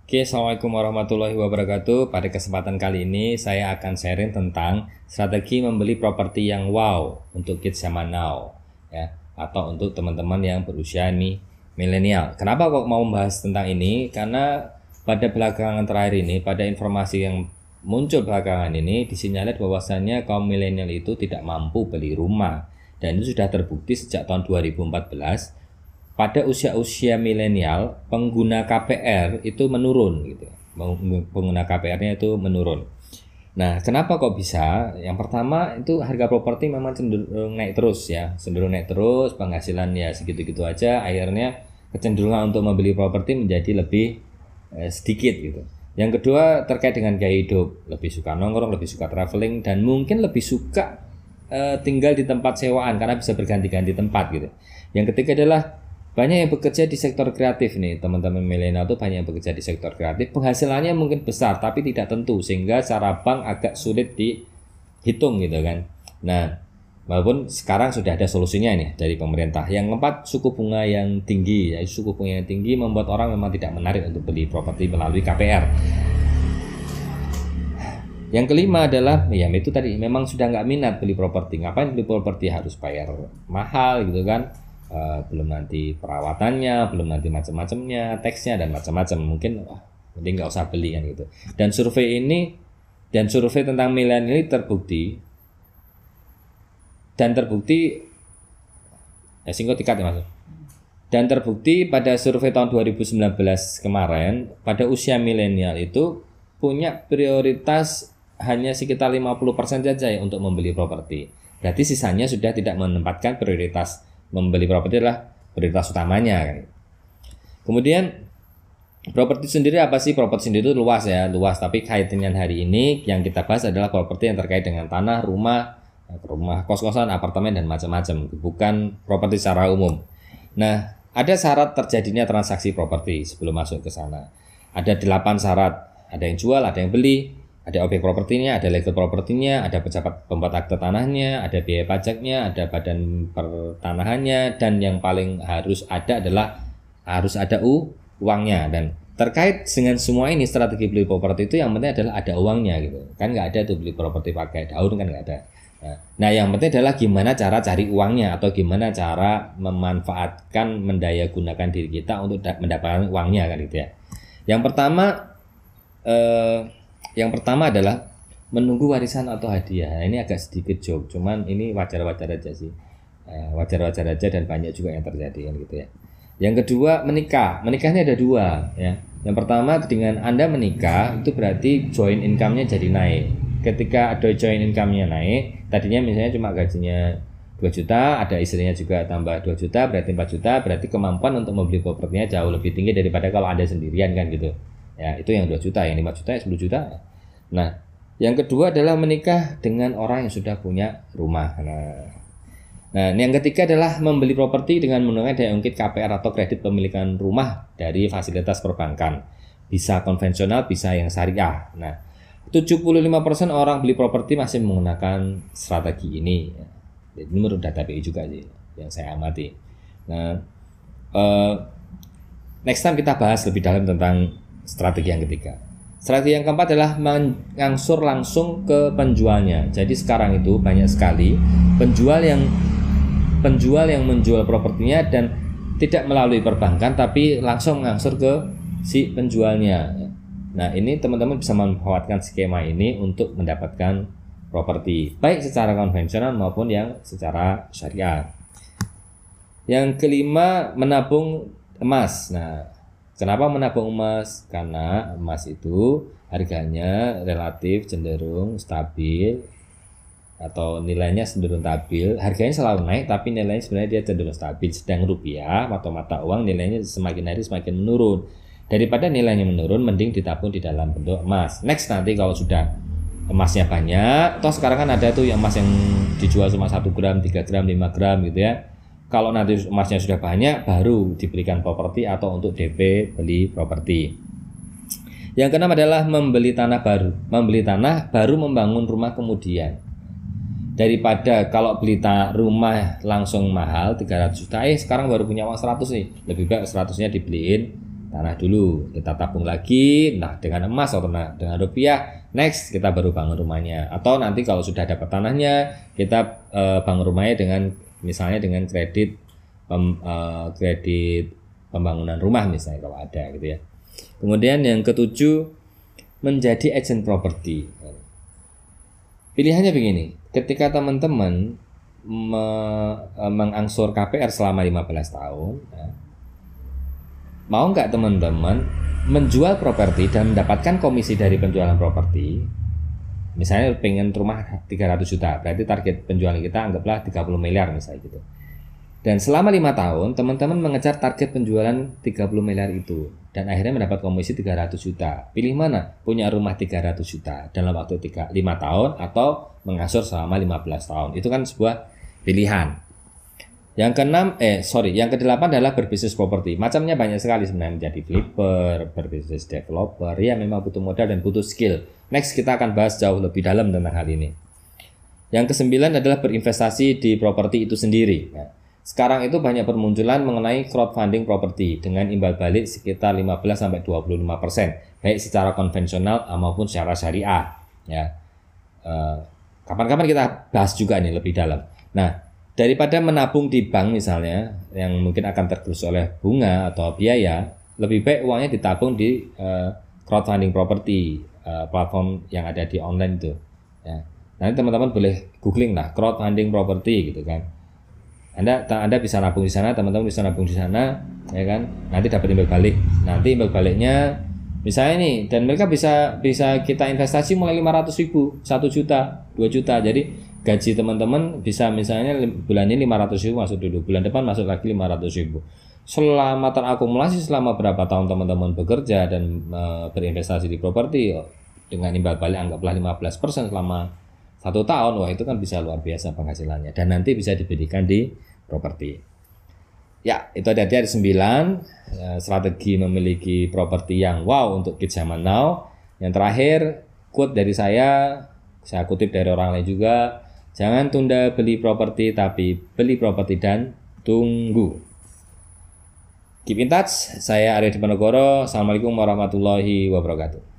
Oke, Assalamualaikum warahmatullahi wabarakatuh. Pada kesempatan kali ini saya akan sharing tentang strategi membeli properti yang wow untuk kids zaman now, ya, atau untuk teman-teman yang berusia nih milenial. Kenapa kok mau membahas tentang ini? Karena pada belakangan terakhir ini, pada informasi yang muncul belakangan ini, disinyalir bahwasannya kaum milenial itu tidak mampu beli rumah, dan itu sudah terbukti sejak tahun 2014. Pada usia-usia milenial pengguna KPR itu menurun gitu. Pengguna KPR-nya itu menurun. Nah, kenapa kok bisa? Yang pertama itu harga properti memang cenderung naik terus ya, cenderung naik terus, penghasilan ya segitu-gitu aja, akhirnya kecenderungan untuk membeli properti menjadi lebih sedikit gitu. Yang kedua terkait dengan gaya hidup, lebih suka nongkrong, lebih suka traveling, dan mungkin lebih suka tinggal di tempat sewaan karena bisa berganti-ganti tempat gitu. Yang ketiga adalah banyak yang bekerja di sektor kreatif nih, teman-teman milenial tuh banyak yang bekerja di sektor kreatif, penghasilannya mungkin besar tapi tidak tentu, sehingga secara bank agak sulit dihitung gitu kan. Nah, walaupun sekarang sudah ada solusinya nih dari pemerintah. Yang keempat, suku bunga yang tinggi. Ya, suku bunga yang tinggi membuat orang memang tidak menarik untuk beli properti melalui KPR. Yang kelima adalah, ya itu tadi, memang sudah nggak minat beli properti. Ngapain beli properti, harus bayar mahal gitu kan. Belum nanti perawatannya, belum nanti macam-macamnya, teksnya dan macam-macam. Mungkin mending nggak usah beli kan gitu. Dan survei tentang milenial ini terbukti singkat tiket ya Mas. Dan terbukti pada survei tahun 2019 kemarin, pada usia milenial itu punya prioritas hanya sekitar 50% saja ya untuk membeli properti. Berarti sisanya sudah tidak menempatkan prioritas membeli properti adalah prioritas utamanya kan. Kemudian properti sendiri apa sih? Properti sendiri itu luas ya, luas. Tapi kaitannya hari ini yang kita bahas adalah properti yang terkait dengan tanah, rumah, kos-kosan, apartemen dan macam-macam. Bukan properti secara umum. Nah, ada syarat terjadinya transaksi properti sebelum masuk ke sana. Ada 8 syarat. Ada yang jual, ada yang beli, ada objek propertinya, ada legal propertinya, ada pejabat pembuat akte tanahnya, ada biaya pajaknya, ada badan pertanahannya, dan yang paling harus ada adalah harus ada uangnya. Dan terkait dengan semua ini, strategi beli properti itu yang penting adalah ada uangnya gitu. Kan nggak ada tuh beli properti pakai daun, kan nggak ada. Nah, yang penting adalah gimana cara cari uangnya atau gimana cara memanfaatkan, mendaya gunakan diri kita untuk mendapatkan uangnya kan gitu ya. Yang pertama adalah menunggu warisan atau hadiah. Nah, ini agak sedikit joke, cuman ini wajar-wajar aja sih. Wajar-wajar aja dan banyak juga yang terjadi kan gitu ya. Yang kedua, menikah. Menikah ini ada dua ya. Yang pertama, dengan Anda menikah itu berarti joint income-nya jadi naik. Ketika ada joint income-nya naik, tadinya misalnya cuma gajinya 2 juta, ada istrinya juga tambah 2 juta, berarti 4 juta, berarti kemampuan untuk membeli propertinya jauh lebih tinggi daripada kalau Anda sendirian kan gitu. Ya, itu yang 2 juta, yang 5 juta, 10 juta. Nah, yang kedua adalah menikah dengan orang yang sudah punya rumah. Nah, yang ketiga adalah membeli properti dengan menggunakan daya ungkit KPR atau kredit pemilikan rumah dari fasilitas perbankan. Bisa konvensional, bisa yang syariah. Nah, 75% orang beli properti masih menggunakan strategi ini. Jadi menurut data BI juga sih yang saya amati. Nah, next time kita bahas lebih dalam tentang strategi yang ketiga. Strategi yang keempat adalah mengangsur langsung ke penjualnya. Jadi sekarang itu banyak sekali penjual yang menjual propertinya dan tidak melalui perbankan tapi langsung mengangsur ke si penjualnya. Nah, ini teman-teman bisa memanfaatkan skema ini untuk mendapatkan properti baik secara konvensional maupun yang secara syariah. Yang kelima, menabung emas. Nah, kenapa menabung emas? Karena emas itu harganya relatif cenderung stabil atau nilainya cenderung stabil. Harganya selalu naik tapi nilainya sebenarnya dia cenderung stabil. Sedang rupiah atau mata uang nilainya semakin hari semakin menurun. Daripada nilainya menurun, mending ditabung di dalam bentuk emas. Next, nanti kalau sudah emasnya banyak, toh sekarang kan ada tuh yang emas yang dijual cuma 1 gram, 3 gram, 5 gram gitu ya. Kalau nanti emasnya sudah banyak, baru diberikan properti atau untuk DP beli properti. Yang keenam adalah membeli tanah baru. Membeli tanah baru membangun rumah kemudian. Daripada kalau beli rumah langsung mahal 300 juta, sekarang baru punya uang 100 nih. Lebih baik 100-nya dibeliin tanah dulu, kita tabung lagi, nah dengan emas atau dengan rupiah, next kita baru bangun rumahnya. Atau nanti kalau sudah dapat tanahnya, kita bangun rumahnya dengan misalnya dengan kredit kredit pembangunan rumah misalnya kalau ada gitu ya. Kemudian yang ketujuh, menjadi agent properti. Pilihannya begini, ketika teman-teman mengangsur KPR selama 15 tahun, ya, mau nggak teman-teman menjual properti dan mendapatkan komisi dari penjualan properti? Misalnya pengen rumah 300 juta, berarti target penjualan kita anggaplah 30 miliar misalnya gitu. Dan selama 5 tahun, teman-teman mengejar target penjualan 30 miliar itu. Dan akhirnya mendapat komisi 300 juta. Pilih mana? Punya rumah 300 juta dalam waktu 5 tahun atau mengangsur selama 15 tahun. Itu kan sebuah pilihan. Yang kedelapan adalah berbisnis properti. Macamnya banyak sekali sebenarnya, menjadi flipper, berbisnis developer. Ya memang butuh modal dan butuh skill. Next kita akan bahas jauh lebih dalam tentang hal ini. Yang kesembilan adalah berinvestasi di properti itu sendiri. Nah, sekarang itu banyak permunculan mengenai crowdfunding properti dengan imbal balik sekitar 15-25%, baik secara konvensional maupun secara syariah. Ya, kapan-kapan kita bahas juga nih lebih dalam. Nah, daripada menabung di bank misalnya yang mungkin akan tergerus oleh bunga atau biaya, lebih baik uangnya ditabung di crowdfunding properti, platform yang ada di online itu. Ya. Nanti teman-teman boleh googling lah crowdfunding properti gitu kan. Anda bisa nabung di sana, teman-teman bisa nabung di sana, ya kan? Nanti dapat imbal balik. Nanti imbal baliknya misalnya nih, dan mereka bisa kita investasi mulai 500.000, 1 juta, 2 juta. Jadi gaji teman-teman bisa misalnya bulan ini 500.000 masuk dulu, bulan depan masuk lagi 500.000. Selama terakumulasi selama berapa tahun teman-teman bekerja dan berinvestasi di properti dengan imbal balik anggaplah 15% selama 1 tahun, wah itu kan bisa luar biasa penghasilannya dan nanti bisa diberikan di properti. Ya, itu ada 9 strategi memiliki properti yang wow untuk kids zaman now. Yang terakhir, quote dari saya kutip dari orang lain juga, jangan tunda beli properti tapi beli properti dan tunggu. Keep in touch, saya Arya Diponegoro. Assalamualaikum warahmatullahi wabarakatuh.